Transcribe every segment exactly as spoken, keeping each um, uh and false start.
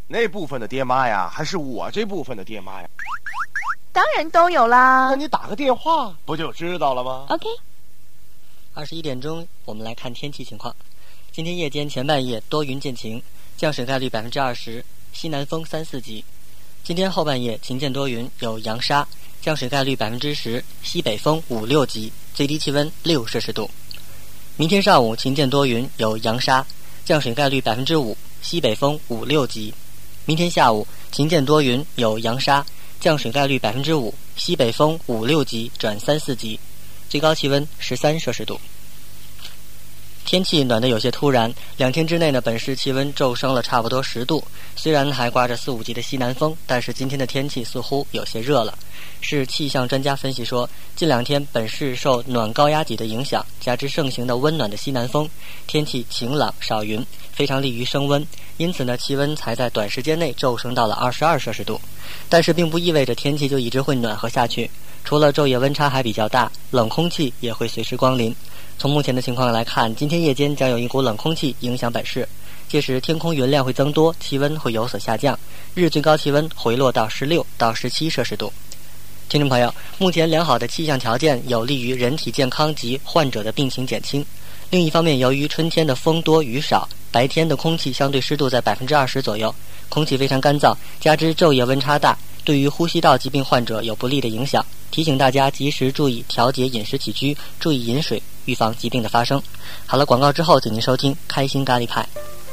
那部分的爹妈呀，还是我这部分的爹妈呀？ 当然都有啦。 那你打个电话不就知道了吗 ？OK。 二十一点钟，我们来看天气情况。今天夜间前半夜多云见晴，降水概率百分之二十，西南风三四级。今天后半夜晴间多云，有扬沙，降水概率百分之十，西北风五六级，最低气温六摄氏度。明天上午晴间多云，有扬沙，降水概率百分之五，西北风五六级。明天下午晴间多云，有扬沙，降水概率百分之五，西北风五六级转三四级，最高气温十三摄氏度。天气暖得有些突然，两天之内呢，本市气温骤升了差不多十度。虽然还刮着四五级的西南风，但是今天的天气似乎有些热了。市气象专家分析说，近两天本市受暖高压脊的影响，加之盛行的温暖的西南风，天气晴朗少云，非常利于升温。因此呢，气温才在短时间内骤升到了二十二摄氏度。但是并不意味着天气就一直会暖和下去，除了昼夜温差还比较大，冷空气也会随时光临。从目前的情况来看，今天夜间将有一股冷空气影响本市，届时天空云量会增多，气温会有所下降，日最高气温回落到十六到十七摄氏度。听众朋友，目前良好的气象条件有利于人体健康及患者的病情减轻。另一方面，由于春天的风多雨少，白天的空气相对湿度在百分之二十左右，空气非常干燥，加之昼夜温差大，对于呼吸道疾病患者有不利的影响。提醒大家及时注意调节饮食起居，注意饮水，预防疾病的发生。好了，广告之后，请您收听开心咖喱派。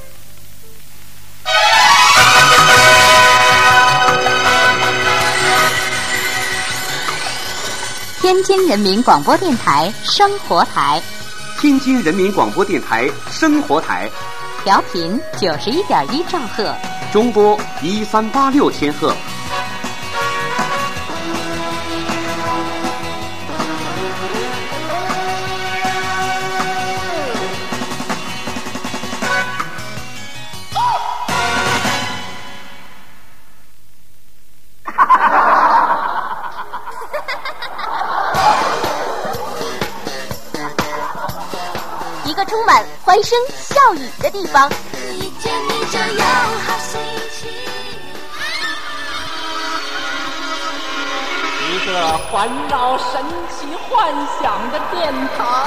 天津人民广播电台生活台， 天津人民广播电台生活台， 调频九十一点一兆赫， 中波一三八六千赫。 一个充满欢声笑语的地方。 一见你就有好心情。 一个环绕神奇幻想的殿堂。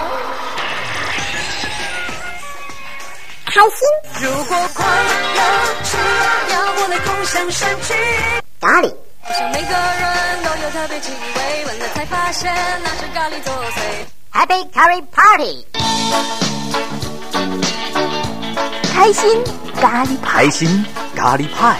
开心。 如果快乐是要我来共享神奇。 咖喱。 好像每个人都有特别气味，闻了才发现那是咖喱作祟。 Happy Curry Party。开心咖喱派， 开心咖喱派。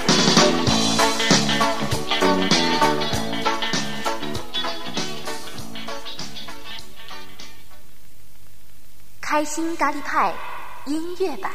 开心咖喱派音乐版。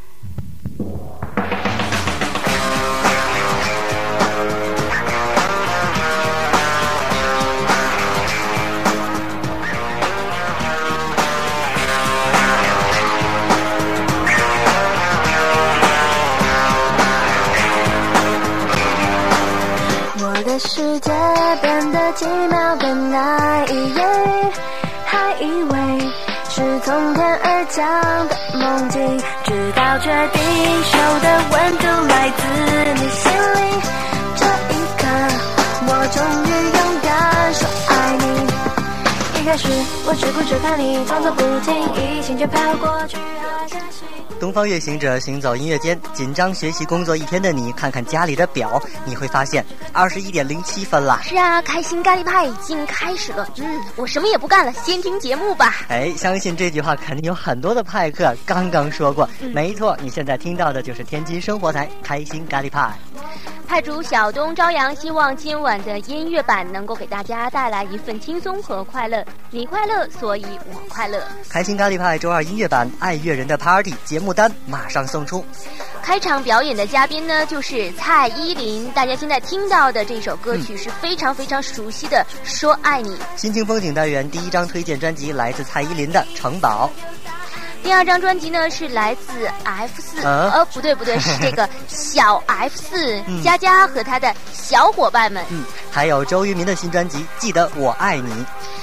世界变得奇妙的那一夜，还以为是从天而降的梦境，直到确定手的温度来自你心里，这一刻我终于勇敢说爱你。一开始我只顾着看你动作不经意，心却飘过去好像是东方月行者行走音乐间，紧张学习工作一天的你，看看家里的表，你会发现二十一点零七分啦。 是啊，开心咖喱派已经开始了。嗯，我什么也不干了，先听节目吧。 哎，相信这句话肯定有很多的派客刚刚说过。嗯、没错，你现在听到的就是天津生活台开心咖喱派。 派主小东朝阳希望今晚的音乐版能够给大家带来一份轻松和快乐。你快乐，所以我快乐。 开心咖喱派周二音乐版爱乐人的 Party 节目单马上送出。 开场表演的嘉宾呢，就是蔡依林。大家现在听到的这首歌曲是非常非常熟悉的《说爱你》。 心情风景单元第一张推荐专辑来自蔡依林的《城堡》。 第二张专辑呢是来自 F 四、 啊、 呃不对不对是这个小 F 四、嗯、佳佳和他的小伙伴们。 嗯，还有周渝民的新专辑《记得我爱你》。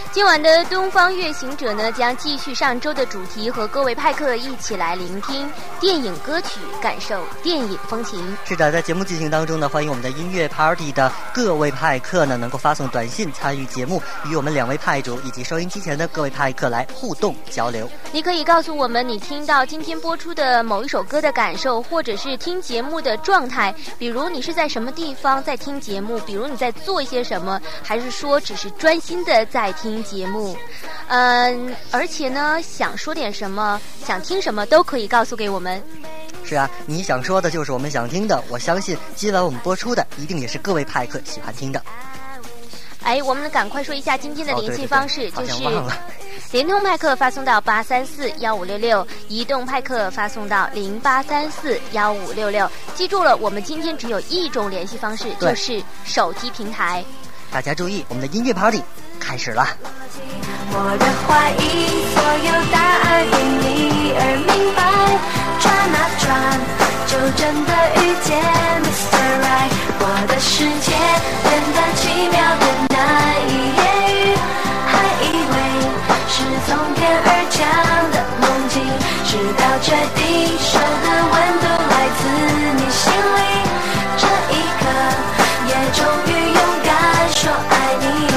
今晚的东方月行者呢，将继续上周的主题，和各位派客一起来聆听电影歌曲，感受电影风情。 是的，在节目进行当中呢，欢迎我们的音乐 party 的各位派客呢，能够发送短信参与节目，与我们两位派主以及收音机前的各位派客来互动交流。 你可以告诉我们你听到今天播出的某一首歌的感受，或者是听节目的状态，比如你是在什么地方在听节目，比如你在做一些什么，还是说只是专心的在听节目。嗯，而且呢，想说点什么，想听什么都可以告诉给我们。 是啊，你想说的就是我们想听的，我相信今晚我们播出的一定也是各位派客喜欢听的。 哎，我们赶快说一下今天的联系方式， 哦、对对对就是联通派客发送到八三四幺五六六，移动派客发送到零八三四幺五六六。记住了，我们今天只有一种联系方式，就是手机平台。 大家注意，我们的音乐 party 开始了。 我的怀疑，所有答案因你而明白，转啊转，就真的遇见 Mister Right。 我的世界变得奇妙的难以言喻，还以为是从天而降的梦境，直到确定手的温度来自你心里，这一刻也终于勇敢说爱你。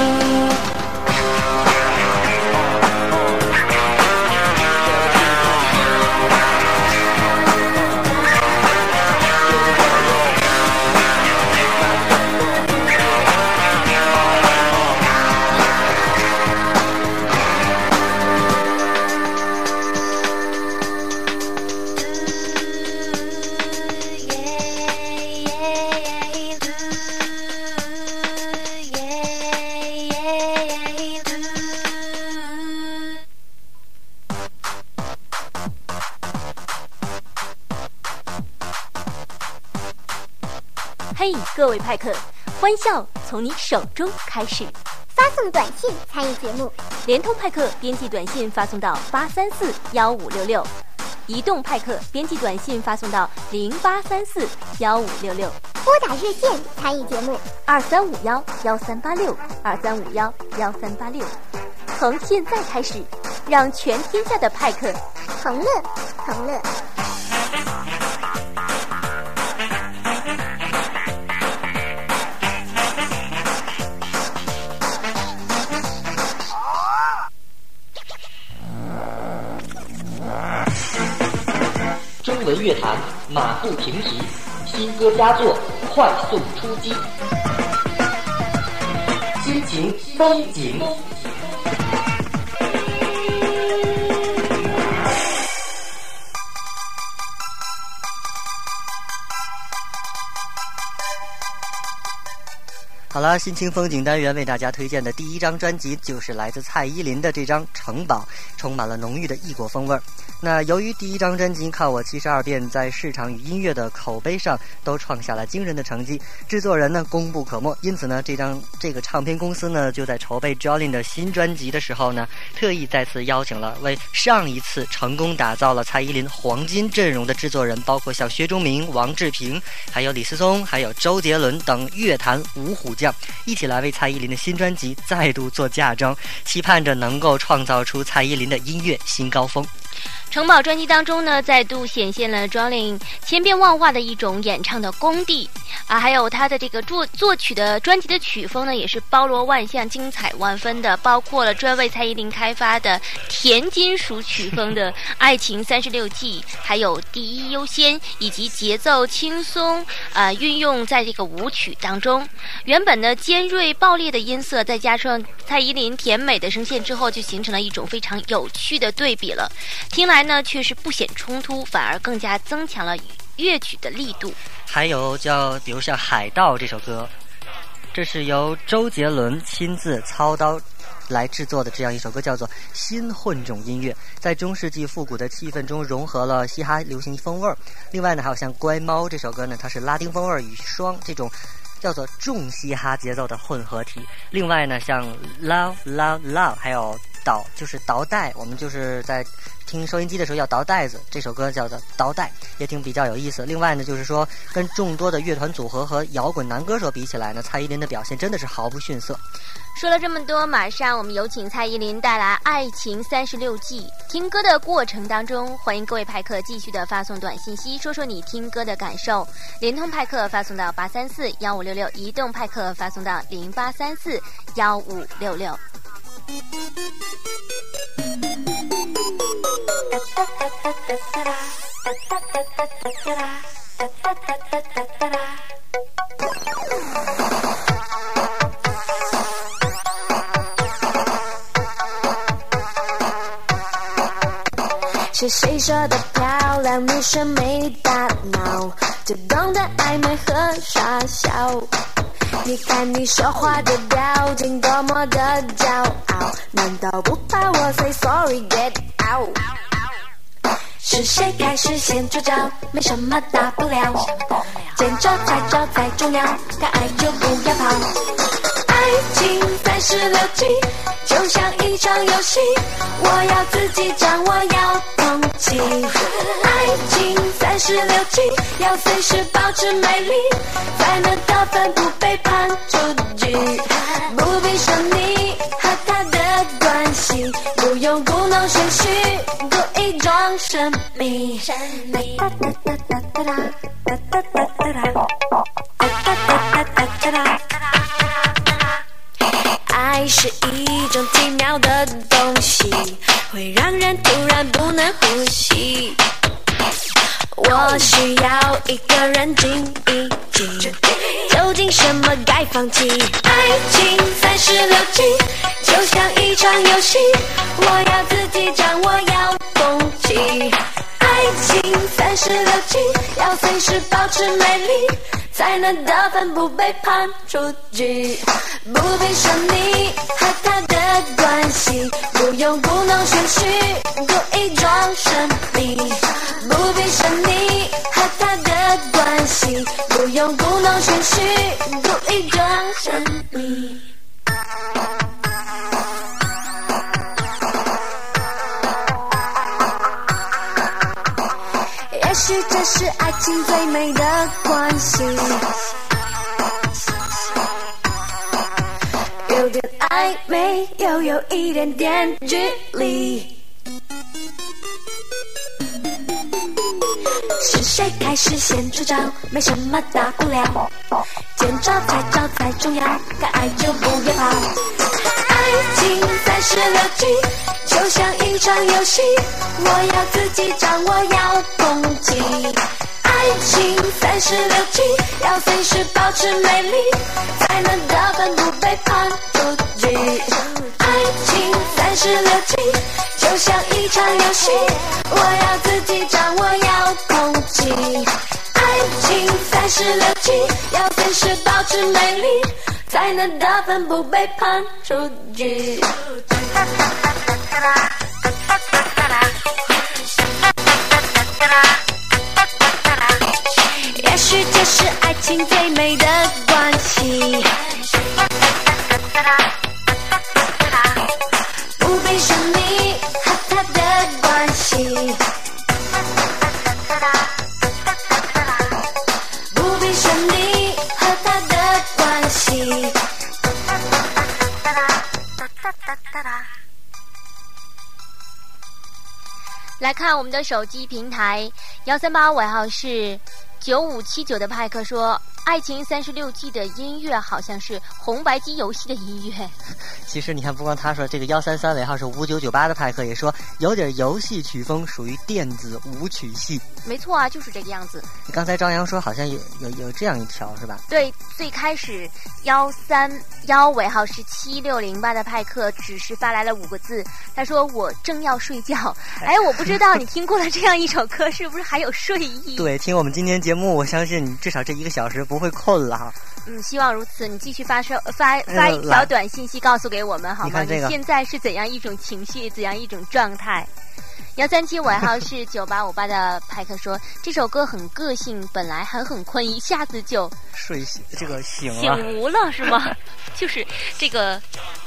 嘿，各位派客，欢笑从你手中开始。 发送短信参与节目， 联通派客编辑短信发送到八三四幺五六六，移动派客编辑短信发送到零八三四幺五六六， 拨打热线参与节目二三五幺幺三八六二三五幺幺三八六。从现在开始，让全天下的派客同乐同乐。 中文乐坛马不停蹄，新歌佳作快速出击，心情风景。 好了，心情风景单元为大家推荐的第一张专辑就是来自蔡依林的这张《城堡》，充满了浓郁的异国风味儿。那由于第一张专辑《看我七十二变》在市场与音乐的口碑上都创下了惊人的成绩，制作人呢功不可没，因此呢这张这个唱片公司呢就在筹备 Jolin 的新专辑的时候呢，特意再次邀请了为上一次成功打造了蔡依林黄金阵容的制作人，包括像薛钟明、王志平，还有李思松，还有周杰伦等乐坛五虎将，一起来为蔡依林的新专辑再度做嫁妆，期盼着能够创造出蔡依林的音乐新高峰。 城堡专辑当中呢，再度显现了 Jolin 千变万化的一种演唱的功底啊，还有他的这个作作曲的专辑的曲风呢，也是包罗万象、精彩万分的，包括了专为蔡依林开发的甜金属曲风的《爱情三十六计》，还有《第一优先》，以及节奏轻松呃运用在这个舞曲当中。原本呢尖锐爆裂的音色，再加上蔡依林甜美的声线之后，就形成了一种非常有趣的对比了。听来呢却是不显冲突，反而更加增强了乐曲的力度。 还有叫比如像《海盗》这首歌，这是由周杰伦亲自操刀来制作的这样一首歌，叫做新混种音乐，在中世纪复古的气氛中融合了嘻哈流行风味儿。另外呢还有像《乖猫》这首歌呢，它是拉丁风味与双这种叫做重嘻哈节奏的混合体。另外呢像 Love Love Love 还有倒就是倒带，我们就是在听收音机的时候要倒带子，这首歌叫做倒带，也挺比较有意思。另外呢，就是说跟众多的乐团组合和摇滚男歌手比起来呢，蔡依林的表现真的是毫不逊色。 说了这么多，马上我们有请蔡依林带来《爱情三十六计》。听歌的过程当中，欢迎各位派客继续的发送短信息，说说你听歌的感受。联通派客发送到八三四幺五六六，移动派客发送到零八三四幺五六六。 是谁说的漂亮女生没大脑，就懂得暧昧和傻笑。你看你说话的表情多么的骄傲，难道不怕我 say sorry get out？ 是谁开始先出招？没什么大不了，见招拆招才重要，敢爱就不要跑。爱情三十六计，就像一场游戏，我要自己掌握，要统计。爱情三十六计，要随时保持美丽，才能得分不被判出局。不必说你和他的关系，不用故弄玄虚，故意装神秘。神秘。哒哒哒哒哒哒哒哒哒哒哒哒哒哒哒。爱是一种奇妙的东西，会让人突然不能呼吸。我需要一个人静一静，究竟什么该放弃？爱情三十六计，就像一场游戏，我要自己掌握，要统计。爱情三十六计，要随时保持美丽，才能得分不被判出局。不必说你和他的关系，不用故弄玄虚，故意装神秘。不必说你和他的关系，不用故弄玄虚，故意装神秘。也许这是爱情最美的关系，有点暧昧，又有一点点距离。是谁开始先出招？没什么大不了，见招拆招才重要，敢爱就不要跑。爱情三十六计，就像一场游戏，我要自己掌握，要统计。爱情三十六计，要随时保持美丽，才能得分不被判出局。爱情三十六计，就像一场游戏，我要自己掌握，要统计。爱情三十六计，要随时保持美丽，才能得分不被判出局。也许这是爱情最美的关系，不必说你和他的关系，不必说你和他的关系。 来看我们的手机平台，幺三八尾号是九五七九的派克说，爱情三十六计的音乐好像是红白机游戏的音乐。 其实你看，不光他说，这个幺三三尾号是五九九八的派克也说有点游戏曲风，属于电子舞曲系。 没错啊，就是这个样子。 刚才张扬说好像有有有这样一条是吧？ 对，最开始幺三幺尾号是七六零八的派克只是发来了五个字，他说我正要睡觉。哎，我不知道你听过了这样一首歌是不是还有睡意？ 对，听我们今天节目，我相信你至少这一个小时不会困了哈。 嗯，希望如此。你继续发射发发一条短信息告诉给我们好吗？ 你看这个， 你现在是怎样一种情绪，怎样一种状态？幺三七尾号是九八五八的派克说，这首歌很个性，本来还很困，一下子就睡醒，这个醒了， 醒无了是吗？就是这个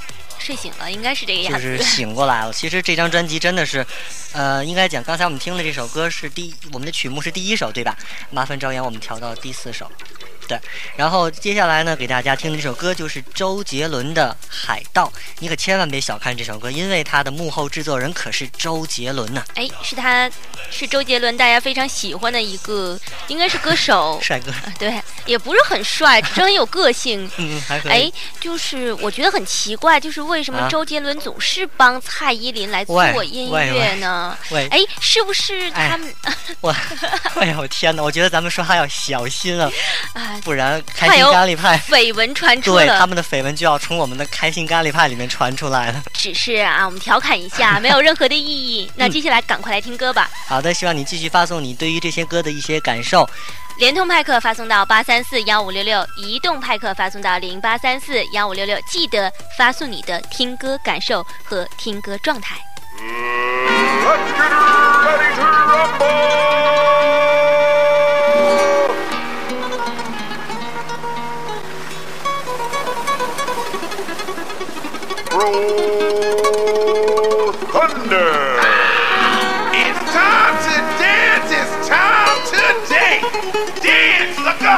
睡醒了，应该是这个样就子。 是醒过来了。其实这张专辑真的是，呃，应该讲刚才我们听的这首歌是第一，我们的曲目是第一首，对吧？麻烦朝阳，我们调到第四首。对，然后接下来呢，给大家听的这首歌就是周杰伦的《海盗》。你可千万别小看这首歌，因为它的幕后制作人可是周杰伦呐、啊。 哎，是他，是周杰伦，大家非常喜欢的一个，应该是歌手， 帅哥、 呃。对，也不是很帅，只是很有个性。 嗯，还可以。 哎，就是我觉得很奇怪，就是为什么周杰伦总是帮蔡依林来做音乐呢？ 喂， 哎，是不是他们？ 哎、我，哎呦天哪！我觉得咱们说话要小心啊。 啊。 不然开心咖喱派绯闻传出了， 对，他们的绯闻就要从我们的开心咖喱派里面传出来了。 只是啊，我们调侃一下，没有任何的意义。那接下来赶快来听歌吧。 好的，希望你继续发送你对于这些歌的一些感受。 联通派克发送到八三四幺五六六，移动派克发送到零八三四幺五六六，记得发送你的听歌感受和听歌状态。 Let's get ready to rumble! Roll thunder! It's time to dance! It's time to dance! Dance, sucker!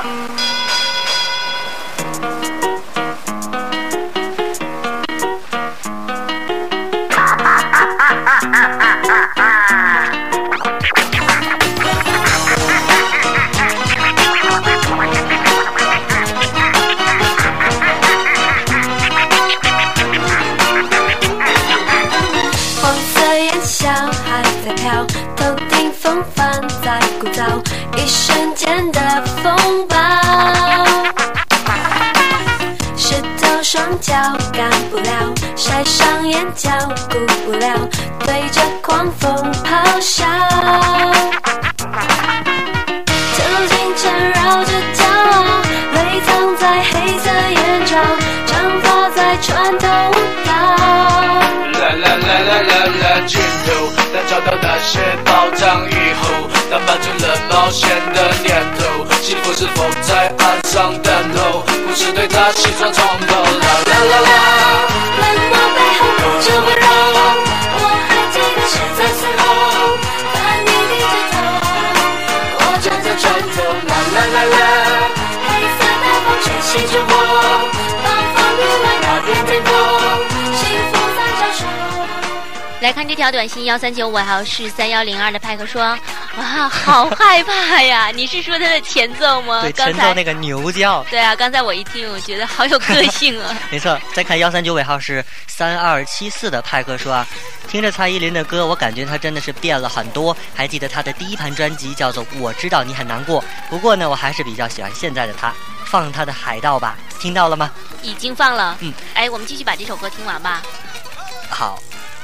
来看这条短信，幺三九尾号是三幺零二的派克说：“哇，好害怕呀！你是说它的前奏吗？ 对， 刚才前奏那个牛叫。 对啊，刚才我一听，我觉得好有个性啊。 没错，再看幺三九尾号是三二七四的派克说啊，听着蔡依林的歌，我感觉她真的是变了很多。还记得她的第一盘专辑叫做《我知道你很难过》，不过呢，我还是比较喜欢现在的她。放她的《海盗》吧，听到了吗？ 已经放了。 嗯， 哎，我们继续把这首歌听完吧。 好。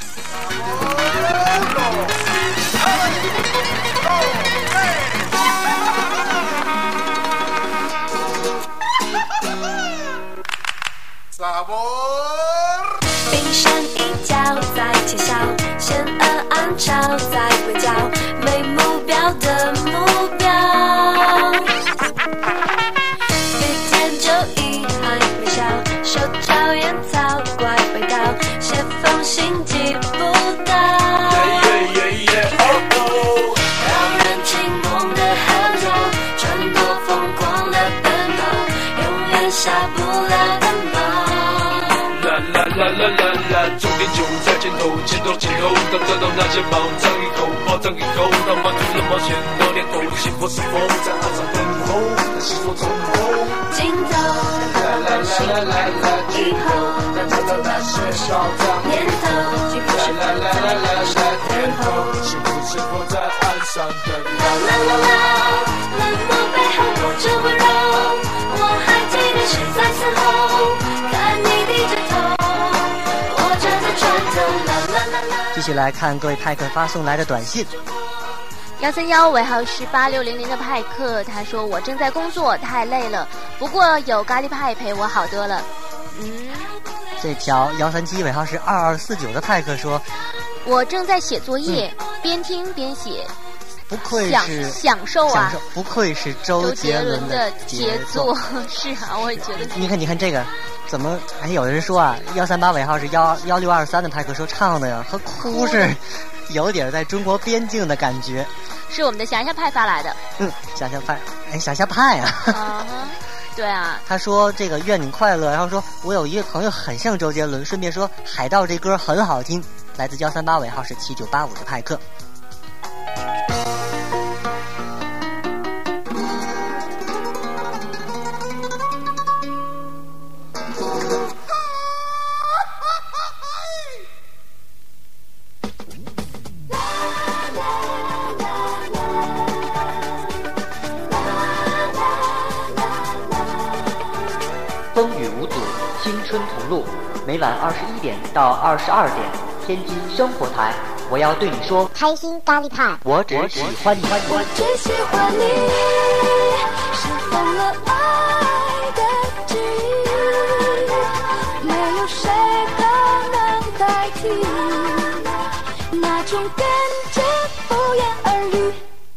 冰山一角在窃笑，险恶暗潮在围剿，没目标的目标。雨天就医还没消，手抄烟草怪味道，写封信寄不到。让人清梦的号角，穿过疯狂的奔跑，永远下不了的毛。 啦啦啦啦啦，终点就在前头，前头前头，当得到那些宝藏以后，宝藏以后，当满足了冒险的念头，幸福是否在岸上等候？那是否从后？ 尽头，啦啦啦啦啦，以后，当得到那些宝藏念头，幸福是否在岸上等候？ 幸福是否在岸上等候？ 啦啦啦啦，冷漠背后躲着温柔，我还记得谁在此后，看你低着头。 继续来看各位派克发送来的短信。 幺三幺尾号是八六零零的派克，他说我正在工作，太累了，不过有咖喱派陪我好多了。嗯， 这条幺三七尾号是二二四九的派克说， 我正在写作业，嗯、边听边写。 不愧是享受啊！ 享受，不愧是周杰伦的杰作。 是啊，我也觉得。 你看，你看这个， 怎么还有人说啊，幺三八尾号是幺幺六二三的派克说唱的呀，和哭是有点在中国边境的感觉。 是我们的霞霞派发来的。 嗯，霞霞派，哎，霞霞派啊。 啊对啊。 他说这个愿你快乐，然后说我有一个朋友很像周杰伦，顺便说海盗这歌很好听，来自幺三八尾号是七九八五的派克。 风雨无阻，青春同路。每晚二十一点到二十二点，天津生活台，我要对你说， 开心咖喱派， 我只喜欢你。 我只喜欢你，是疯了爱的记忆，没有谁可能代替那种感觉，不言而喻。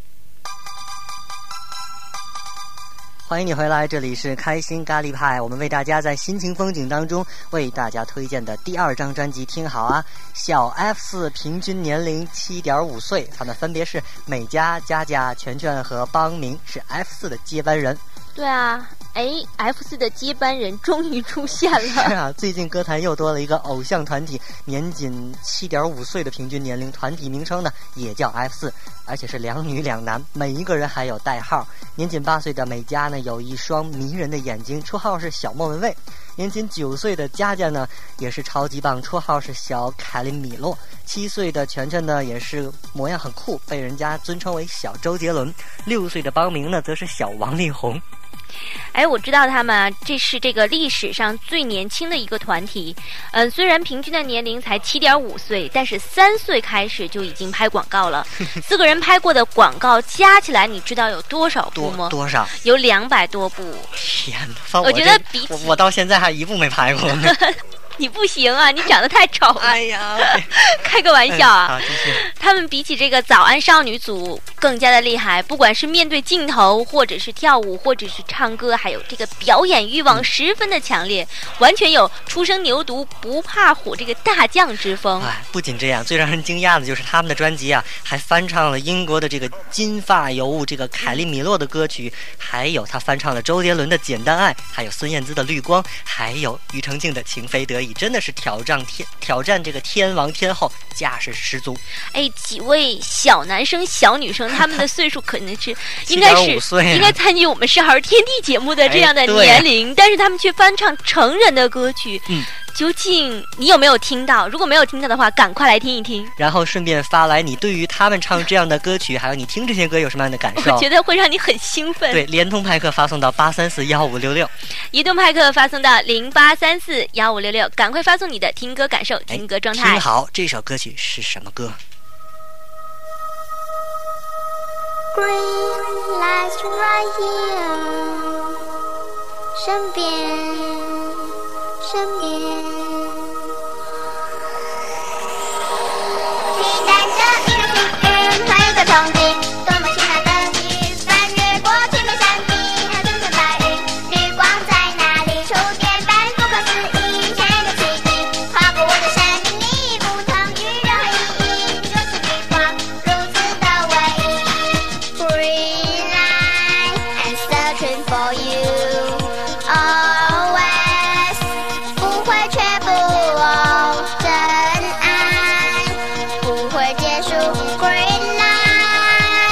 欢迎你回来，这里是开心咖喱派，我们为大家在心情风景当中为大家推荐的第二张专辑，听好啊！小 F 四平均年龄 七点五 岁，他们分别是美嘉、佳佳、全全和邦明，是 F 四的接班人。 对啊，哎 ，F 四的接班人终于出现了。 是啊，最近歌坛又多了一个偶像团体，年仅 七点五 岁的平均年龄，团体名称呢也叫 F 四，而且是两女两男，每一个人还有代号。年仅八岁的美嘉呢有一双迷人的眼睛，绰号是小莫文蔚。年仅九岁的佳佳呢也是超级棒，绰号是小凯琳米洛。七岁的全全呢也是模样很酷，被人家尊称为小周杰伦。六岁的邦明呢则是小王力宏。 哎，我知道他们啊，这是这个历史上最年轻的一个团体。嗯，虽然平均的年龄才 七点五 岁，但是三岁开始就已经拍广告了。四个人拍过的广告加起来，你知道有多少部吗？ 多多少？ 有两百多部。 天哪！ 我觉得比我我到现在还一部没拍过呢。 你不行啊，你长得太丑了。 哎呀， 开个玩笑啊！ 好，继续。 他们比起这个早安少女组更加的厉害，不管是面对镜头，或者是跳舞，或者是唱歌，还有这个表演欲望十分的强烈，完全有初生牛犊不怕虎这个大将之风。 哎，不仅这样，最让人惊讶的就是他们的专辑啊，还翻唱了英国的这个金发尤物这个凯利米洛的歌曲，还有他翻唱了周杰伦的《简单爱》，还有孙燕姿的《绿光》，还有庾澄庆的《情非得已》。真的是挑战天挑战这个天王天后，架势十足。 哎，几位小男生小女生，他们的岁数可能是应该是应该参与我们少儿天地节目的这样的年龄，哎啊、但是他们却翻唱成人的歌曲。嗯。究竟你有没有听到？如果没有听到的话，赶快来听一听， 然后顺便发来你对于他们唱这样的歌曲，还有你听这些歌有什么样的感受？ 我觉得会让你很兴奋。 对，联通派克发送到八三四幺五六六， 移动派克发送到零八三四幺五六六，赶快发送你的听歌感受、听歌状态。 听好，这首歌曲是什么歌 ？Green lights right here， 身边。身边，期待着一个幸运，还有个憧憬，多么绚烂的雨，翻越过天边山顶，还层层白云，绿光在哪里？触电般不可思议，前的奇迹，划过我的生命里，不曾与任何意义，就是绿光，如此的唯一。Green light and searching for you。Oh。真爱不会结束 ，Green light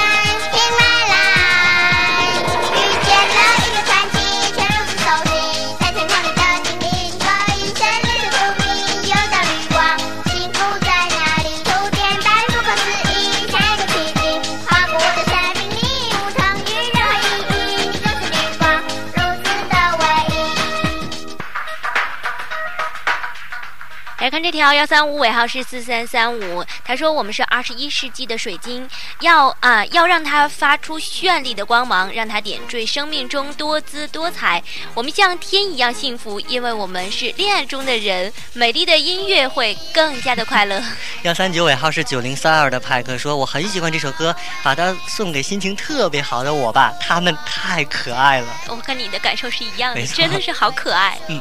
看这条幺三五尾号是四三三五，他说我们是二十一世纪的水晶，要啊、呃、要让它发出绚丽的光芒，让它点缀生命中多姿多彩。我们像天一样幸福，因为我们是恋爱中的人，美丽的音乐会更加的快乐。 幺三九尾号是九零三二的派克说，我很喜欢这首歌，把它送给心情特别好的我吧，他们太可爱了。 我跟你的感受是一样的，真的是好可爱。 嗯。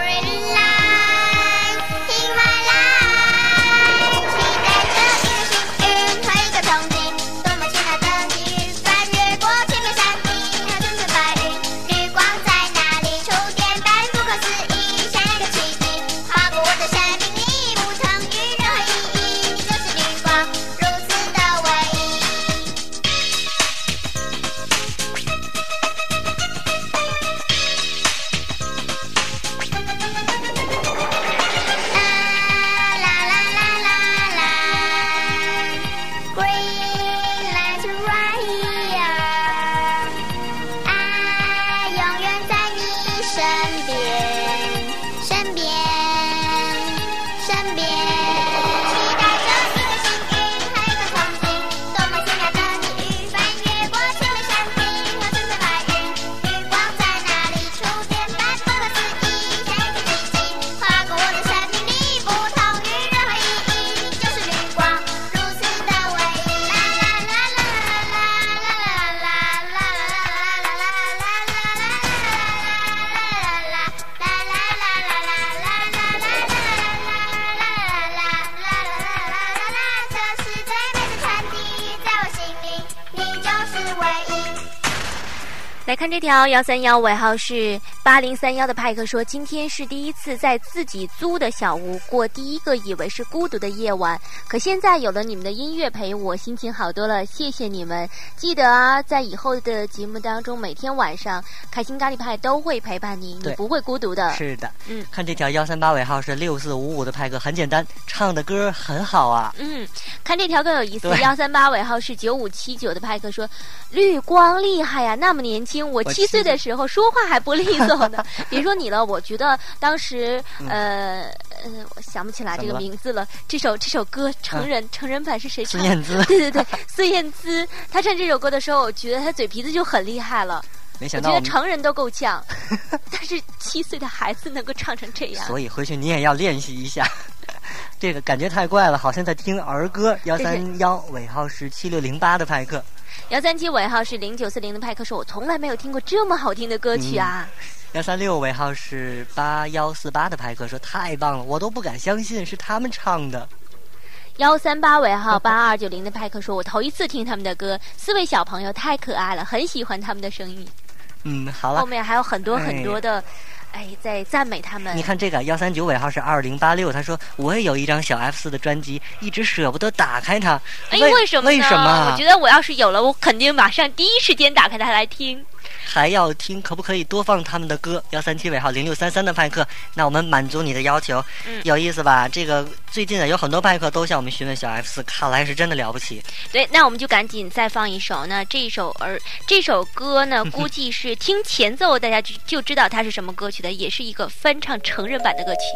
来看这条幺三幺尾号是八零三幺的派克说，今天是第一次在自己租的小屋过第一个以为是孤独的夜晚，可现在有了你们的音乐陪我，心情好多了，谢谢你们。记得啊，在以后的节目当中，每天晚上开心咖喱派都会陪伴你，你不会孤独的。 是的， 嗯， 看这条幺三八尾号是六四五五的派克，很简单，唱的歌很好啊。 嗯，看这条更有意思，幺三八尾号是九五七九的派克说，绿光厉害呀，那么年轻。我七岁的时候说话还不利索呢，别说你了，我觉得当时呃呃，我想不起来这个名字了。这首这首歌成人、嗯、成人版是谁唱？ 孙燕姿。 对对对，孙燕姿，她唱这首歌的时候，我觉得她嘴皮子就很厉害了。 没想到我觉得成人都够呛，但是七岁的孩子能够唱成这样， 所以回去你也要练习一下。这个感觉太怪了，好像在听儿歌。幺三幺尾号是七六零八的派克。 幺三七尾号是零九四零的派克说，我从来没有听过这么好听的歌曲啊。 幺三六尾号是八幺四八的派克说，太棒了，我都不敢相信是他们唱的。 幺三八尾号八二九零的派克说，我头一次听他们的歌，四位小朋友太可爱了，很喜欢他们的声音。 嗯，好了， 后面还有很多很多的哎，哎在赞美他们。 你看这个幺三九尾号是二零八六，他说我也有一张小 F 四的专辑，一直舍不得打开它。 哎，为什么呢？ 为什么？ 我觉得我要是有了，我肯定马上第一时间打开它来听。 还要听，可不可以多放他们的歌？幺三七尾号零六三三的派克，那我们满足你的要求。 嗯， 有意思吧？这个最近呢，有很多派克都向我们询问小 F 四，看来是真的了不起。 对，那我们就赶紧再放一首呢。这一首而这首歌呢，估计是听前奏大家就就知道它是什么歌曲的，也是一个翻唱成人版的歌曲。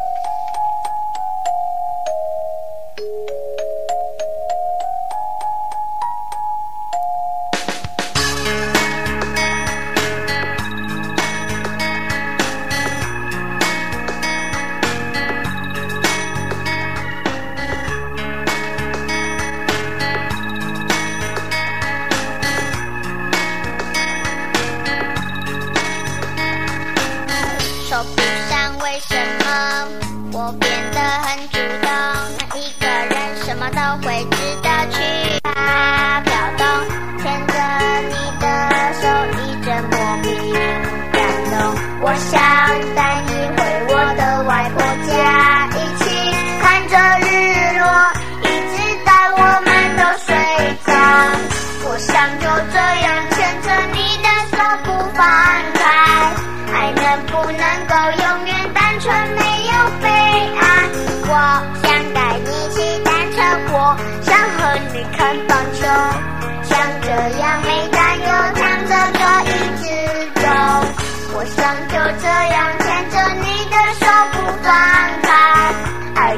说不上为什么我变得很主动，那一个人什么都会值得去吧飘动，牵着你的手一阵莫名感动，我想带你回我的外婆家，一起看着日落，一直到我们都睡着，我想就这样牵着你的手不放开，爱能不能够永远单纯没有悲哀，我想带你骑单车，我想和你看棒球，像这样没担忧唱着歌一直走，我想就这样牵着你的手不放开，爱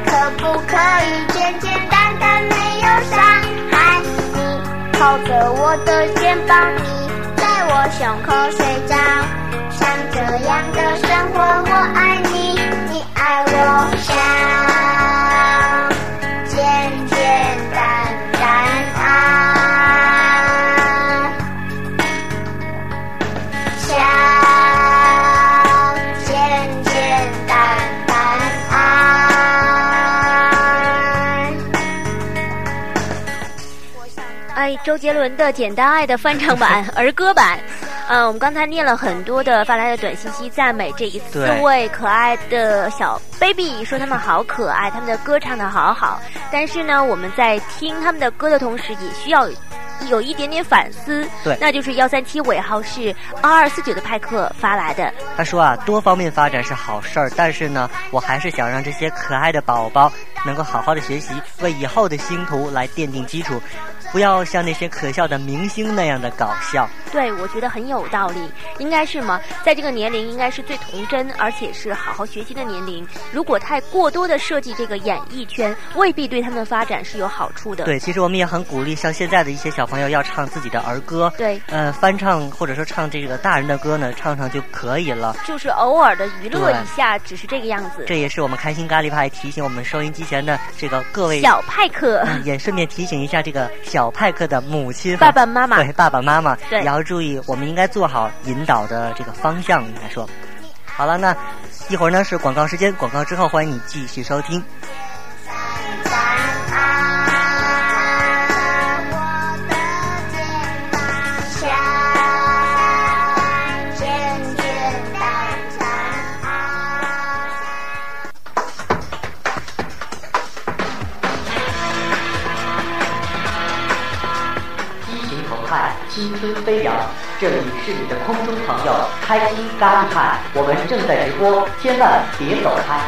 的肩膀，你在我胸口睡着。像这样的生活，我爱你，你爱我，想简简单单爱，想简简单单爱。 哎，周杰伦的《简单爱》的翻唱版儿歌版。呃，我们刚才念了很多的发来的短信息赞美这一四位可爱的小 baby， 说他们好可爱，他们的歌唱得好好。但是呢，我们在听他们的歌的同时，也需要有一点点反思。 对， 那就是幺三七尾号是二二四九的派克发来的。 他说啊，多方面发展是好事儿，但是呢，我还是想让这些可爱的宝宝能够好好的学习，为以后的星途来奠定基础。不要像那些可笑的明星那样的搞笑。 对，我觉得很有道理，应该是嘛，在这个年龄应该是最童真，而且是好好学习的年龄。如果太过多的设计这个演艺圈，未必对他们的发展是有好处的。 对，其实我们也很鼓励像现在的一些小朋友要唱自己的儿歌， 对， 呃，翻唱或者说唱这个大人的歌呢，唱唱就可以了， 就是偶尔的娱乐一下，只是这个样子。 这也是我们开心咖喱派提醒我们收音机前的这个各位小派克， 嗯、也顺便提醒一下这个小派克的母亲、 爸爸妈妈， 对，爸爸妈妈， 对， 也要注意，我们应该做好引导的这个方向应该说。好了，那一会儿呢是广告时间，广告之后欢迎你继续收听。 青春飞扬，这里是你的空中朋友开心咖喱派，我们正在直播，千万别走开。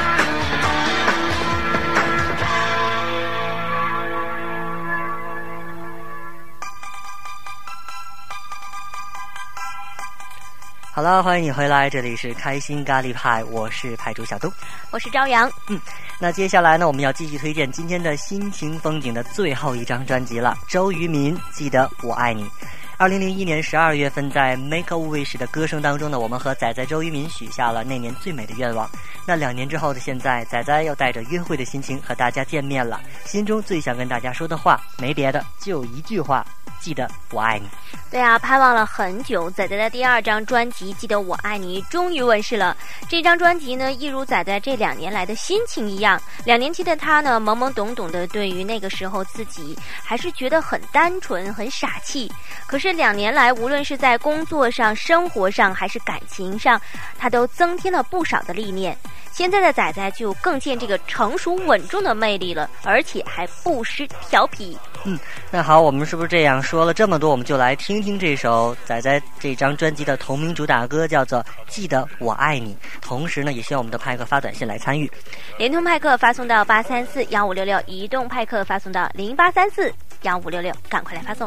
好了，欢迎你回来，这里是开心咖喱派，我是派主小东， 我是朝阳。 嗯，那接下来呢，我们要继续推荐今天的心情风景的最后一张专辑了，周渝民，记得我爱你。二零零一年十二月份，在 Make a Wish 的歌声当中呢，我们和仔仔周渝民许下了那年最美的愿望。那两年之后的现在，仔仔又带着约会的心情和大家见面了，心中最想跟大家说的话没别的，就一句话，记得我爱你。 对啊，盼望了很久，仔仔的第二张专辑《记得我爱你》终于问世了。这张专辑呢，一如仔仔这两年来的心情一样，两年前的他呢，懵懵懂懂的，对于那个时候自己还是觉得很单纯、很傻气。可是两年来，无论是在工作上、生活上，还是感情上，他都增添了不少的历练。现在的仔仔就更见这个成熟稳重的魅力了，而且还不失调皮。 嗯，那好，我们是不是这样说了这么多，我们就来听听这首仔仔这张专辑的同名主打歌，叫做《记得我爱你》。同时呢，也希望我们的派克发短信来参与， 联通派克发送到八三四幺五六六，移动派克发送到零八三四幺五六六，赶快来发送。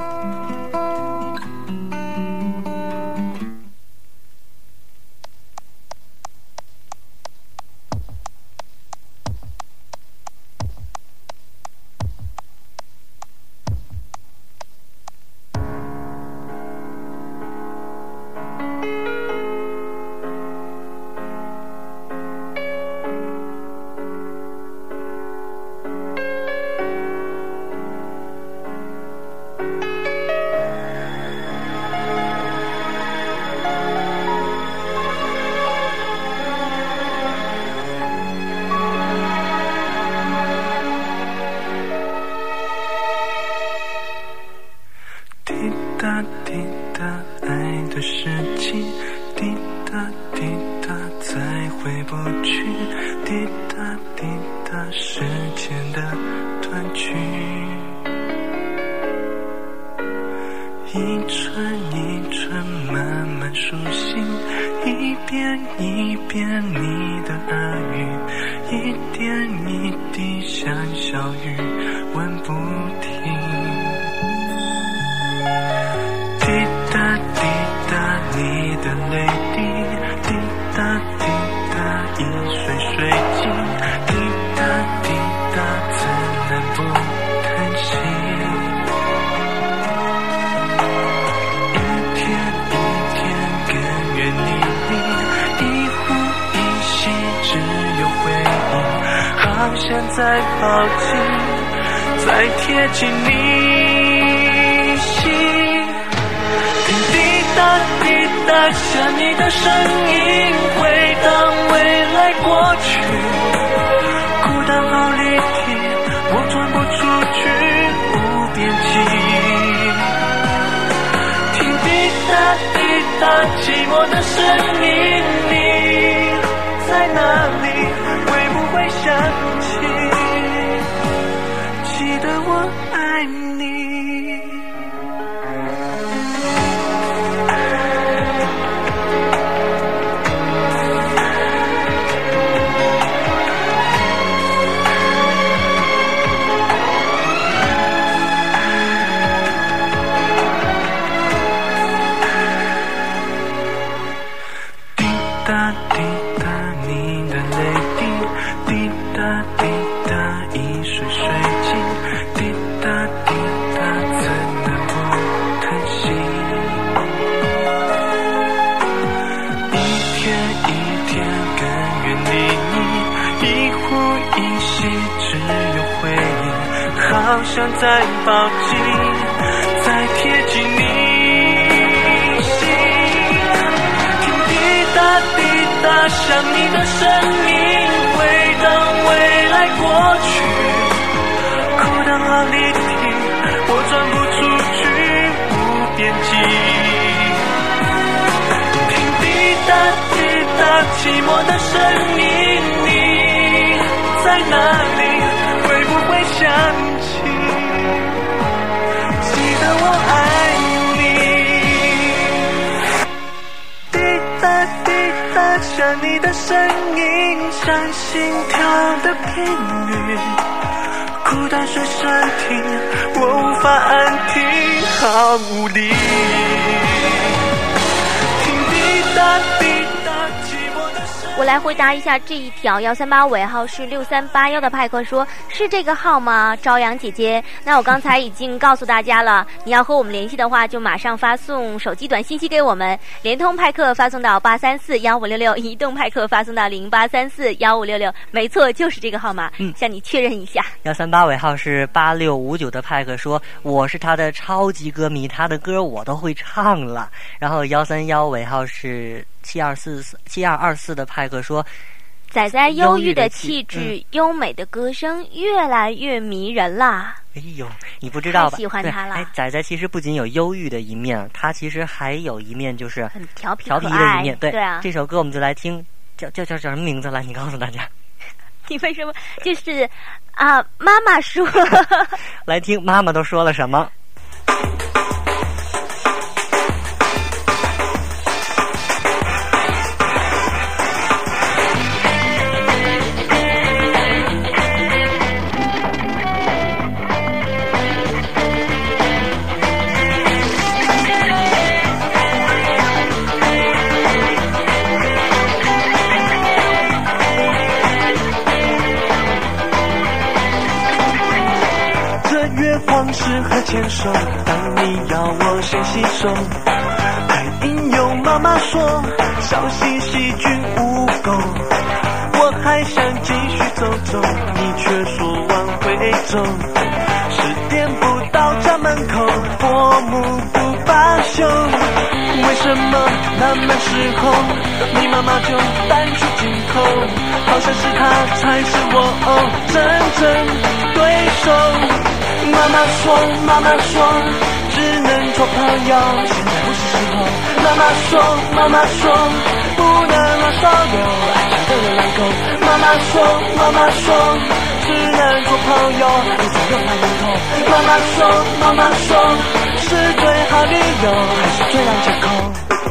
里，一呼一吸只有回应，好像在靠近，在贴近你心。听滴答滴答，想你的声音，回荡未来过去，孤单好离题，我转不出去，无边际。滴答寂寞的声音，你在哪里？会不会想起？记得我爱你。好像在抱紧，在贴近你心，听滴答滴答，想你的声音，回荡未来过去，孤单好离题，我转不出去，无边际。听滴答滴答，寂寞的声音，你在哪里？会不会想起？记得我爱你。滴答滴答，想你的声音，像心跳的频率，孤单随身听，我无法安停，好无力。听滴答滴答，寂寞的声音。 我来回答一下这一条，幺三八尾号是六三八幺的派克说，是这个号吗？朝阳姐姐，那我刚才已经告诉大家了，你要和我们联系的话，就马上发送手机短信息给我们，联通派克发送到八三四幺五六六，移动派克发送到零八三四幺五六六，没错，就是这个号码，嗯，向你确认一下。 幺三八尾号是八六五九的派克说，我是他的超级歌迷，他的歌我都会唱了。然后幺三幺尾号是七二四七二二四的派克说， 仔仔忧郁的气质、嗯、优美的歌声越来越迷人啦。 哎呦，你不知道吧？ 太喜欢他了。 哎，仔仔其实不仅有忧郁的一面，他其实还有一面就是很调皮调皮的一面。对对啊， 这首歌我们就来听，叫叫叫叫什么名字来？你告诉大家。 你为什么就是啊？妈妈说， 来听妈妈都说了什么。 适合牵手，当你要我先洗手，还引诱妈妈说小心细菌污垢，我还想继续走走，你却说往回走，十点不到家门口，伯母不罢休，为什么那么时候你妈妈就淡出镜头，好像是她才是我哦真正对手。妈妈说，妈妈说，只能做朋友，现在不是时候。妈妈说，妈妈说，不能让手留爱情的流浪狗。妈妈说，妈妈说，只能做朋友，你总有那由头。妈妈说，妈妈说，是最好理由，还是最烂借口？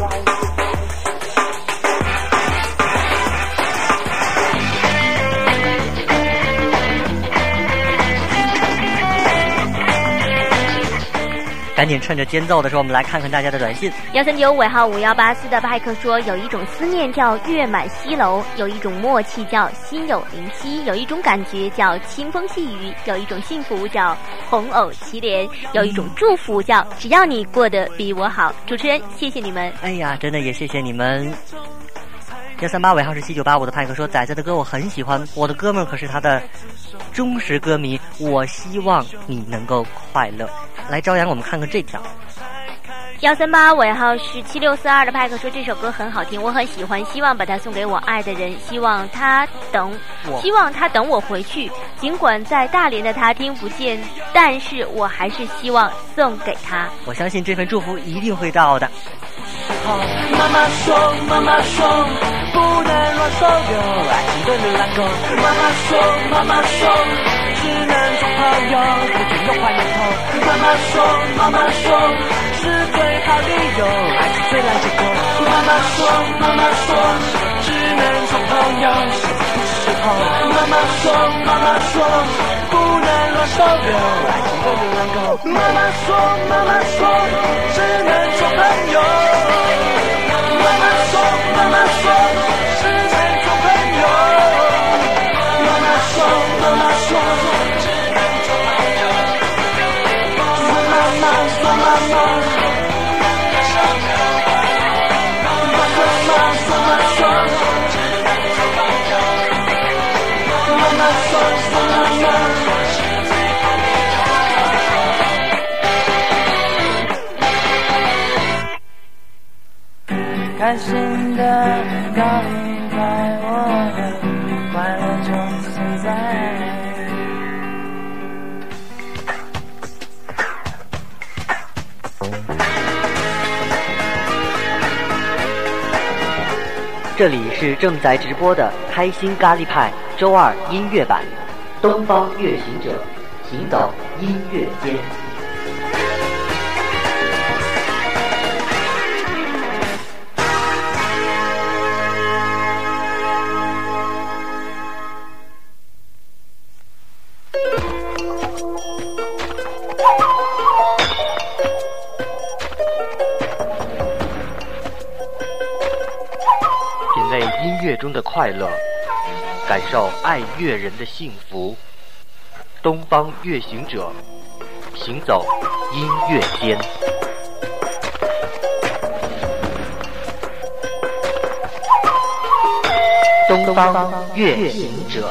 赶紧趁着间奏的时候，我们来看看大家的短信。 幺三九尾号五幺八四的派克说，有一种思念叫月满西楼，有一种默契叫心有灵犀，有一种感觉叫清风细雨，有一种幸福叫红藕祁连，有一种祝福叫只要你过得比我好。主持人，谢谢你们。 哎呀，真的也谢谢你们。 幺三八尾号是七九八五的派克说，仔仔的歌我很喜欢，我的哥们儿可是他的忠实歌迷，我希望你能够快乐。来，朝阳，我们看看这条。 幺三八尾号是七六四二的派克说，这首歌很好听，我很喜欢，希望把它送给我爱的人，希望他等希望他等我回去，尽管在大连的他听不见，但是我还是希望送给他。 我相信这份祝福一定会到的。 妈妈说，妈妈说，不能乱收留爱情的流浪狗。妈妈说，妈妈说，只能做朋友，不准有坏念头。妈妈说，妈妈说，是最好理由，爱情最烂结果。妈妈说，妈妈说，只能做朋友，现在不是时候。妈妈说，妈妈说，不能乱收留爱情的流浪狗。妈妈说，妈妈说，只能做朋友。妈妈说，妈妈说，只能做朋友。妈妈说，妈妈说，只能做朋友。说妈妈，说妈妈，说妈，说妈说，只能做朋友。妈妈说，说妈妈。开心的高一拍，我的快乐就存在。 这里是正在直播的开心咖喱派周二音乐版，东方乐行者，行走音乐间。 音乐中的快乐，感受爱乐人的幸福。东方乐行者，行走音乐间。 东方乐行者。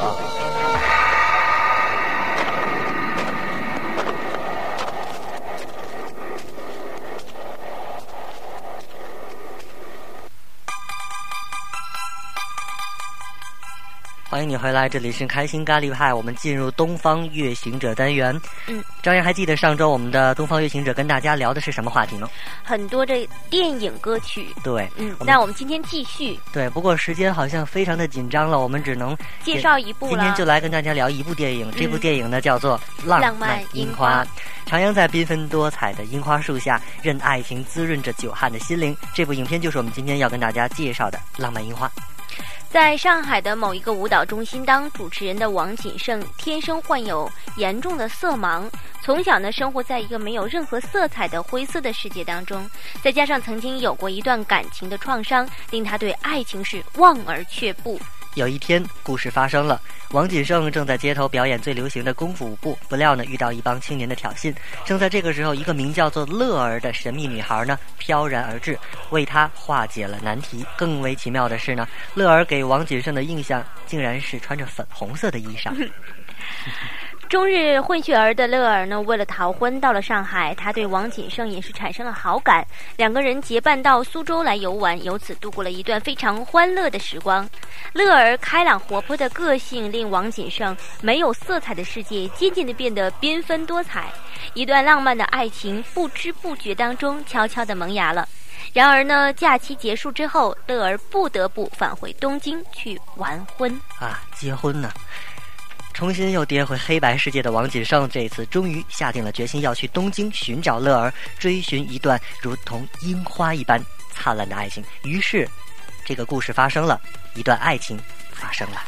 欢迎你回来，这里是开心咖喱派，我们进入东方乐行者单元。 嗯， 张扬还记得上周我们的东方乐行者跟大家聊的是什么话题吗？ 很多这电影歌曲。 对， 嗯，那我们今天继续。 对，不过时间好像非常的紧张了，我们只能介绍一部了。 今天就来跟大家聊一部电影，嗯、这部电影呢叫做《浪漫樱花》。徜徉在缤纷多彩的樱花树下，任爱情滋润着久旱的心灵。这部影片就是我们今天要跟大家介绍的《浪漫樱花》。 在上海的某一个舞蹈中心当主持人的王锦胜，天生患有严重的色盲，从小呢生活在一个没有任何色彩的灰色的世界当中，再加上曾经有过一段感情的创伤，令他对爱情是望而却步。 有一天，故事发生了。王锦胜正在街头表演最流行的功夫舞步，不料呢遇到一帮青年的挑衅。正在这个时候，一个名叫做乐儿的神秘女孩呢飘然而至，为他化解了难题。更为奇妙的是呢，乐儿给王锦胜的印象竟然是穿着粉红色的衣裳。 中日混血儿的乐儿呢，为了逃婚到了上海，他对王锦胜也是产生了好感，两个人结伴到苏州来游玩，由此度过了一段非常欢乐的时光。乐儿开朗活泼的个性令王锦胜没有色彩的世界渐渐地变得缤纷多彩，一段浪漫的爱情不知不觉当中悄悄地萌芽了。然而呢，假期结束之后，乐儿不得不返回东京去完婚啊，结婚呢。重新又跌回黑白世界的王锦胜，这次终于下定了决心要去东京寻找乐儿，追寻一段如同樱花一般灿烂的爱情。于是，这个故事发生了，一段爱情发生了。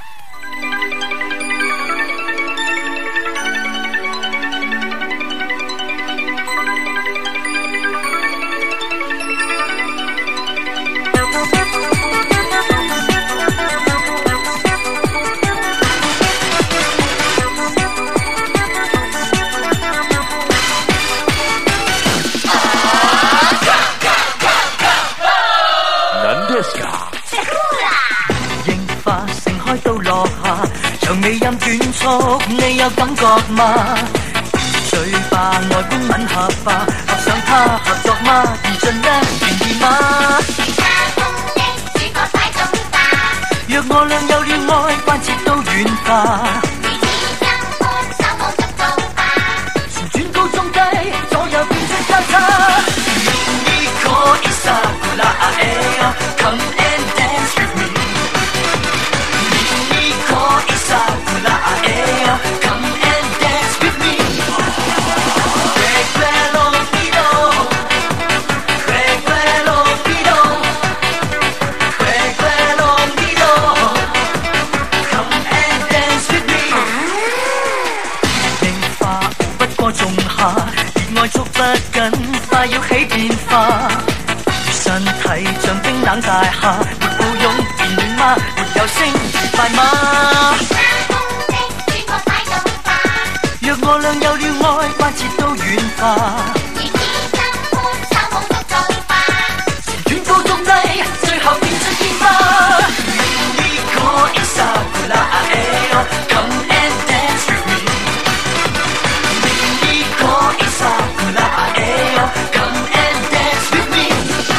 尾音轉速，你有感覺嗎？最吧外觀吻合吧，合上它合作嗎？而盡一願意嗎？若我倆有了愛，關節都軟化。旋轉高中低，左右變出交叉。Nico Isabella Aeo, come and dance with me. Nico Isabella Aeo, come and dance with me. Recuerdo pido, recuerdo pido, recuerdo pido, come and dance with me. 櫻花不過仲夏，熱愛捉不緊，快要起變化。身體像冰冷大廈，沒抱擁變暖嗎？沒有升快嗎？若我倆有了愛，關節都軟化。旋轉高中低，最後變出煙花。Nico Isabella Aeo, come and dance with me. Nico Isabella Aeo, come and dance with me.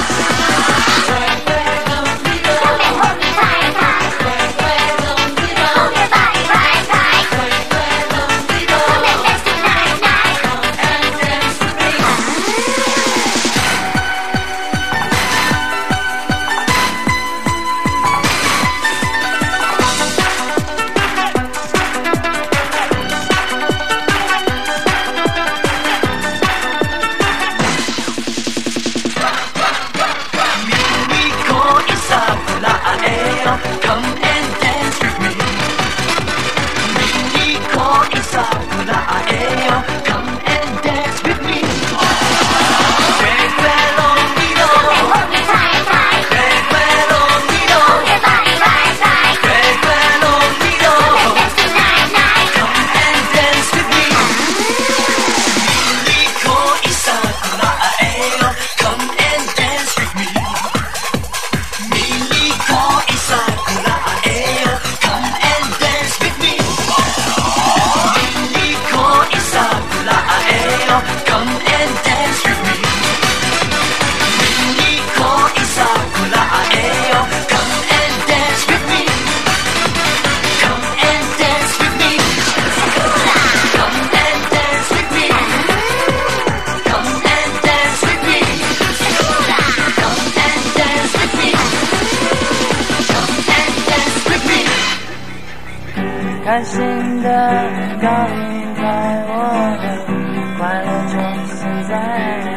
开心的告明白我的快乐就现在。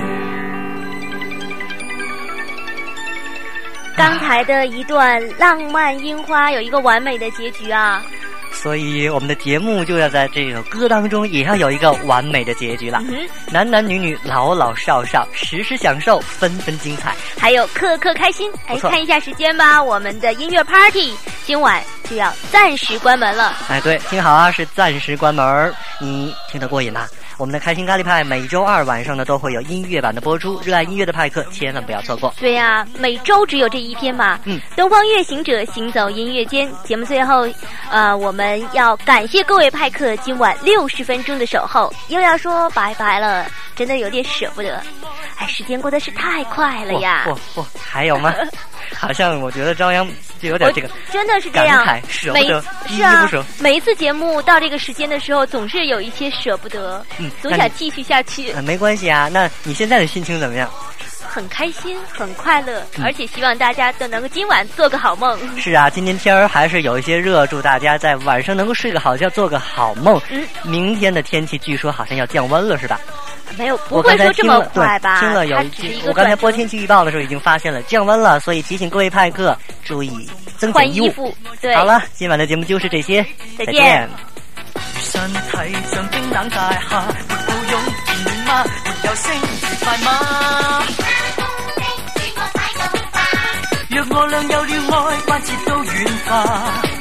刚才的一段浪漫樱花有一个完美的结局啊， 所以我们的节目就要在这首歌当中也要有一个完美的结局了。 嗯、 男男女女老老少少时时享受，纷纷精彩， 还有刻刻开心。哎，看一下时间吧，我们的音乐 party 今晚就要暂时关门了。 哎，对，听好啊，是暂时关门，你听得过瘾吗？我们的开心咖喱派每周二晚上呢都会有音乐版的播出，热爱音乐的派客千万不要错过。 对呀、啊，每周只有这一天嘛。 嗯， 东方乐行者行走音乐间节目最后，呃，我们要感谢各位派客今晚六十分钟的守候，又要说拜拜了，真的有点舍不得。哎，时间过得是太快了呀！ 嚯嚯，还有吗？好像我觉得朝阳就有点这个， 真的是这样， 感慨舍不得，依依不舍。 每一次节目到这个时间的时候，总是有一些舍不得， 嗯， 总想继续下去。 呃、没关系啊，那你现在的心情怎么样？ 很开心，很快乐，嗯、而且希望大家都能够今晚做个好梦。 是啊，今天天儿还是有一些热，祝大家在晚上能够睡个好觉，做个好梦。 嗯， 明天的天气据说好像要降温了，是吧？ 没有，不会说这么快吧？ 听了有一我刚才播天气预报的时候已经发现了降温了，所以提醒各位派客注意增减衣物。 对， 好了，今晚的节目就是这些， 再见。 身體像冰冷大廈，沒抱擁變暖嗎？沒有升快嗎？若我倆有了愛，關節都軟化。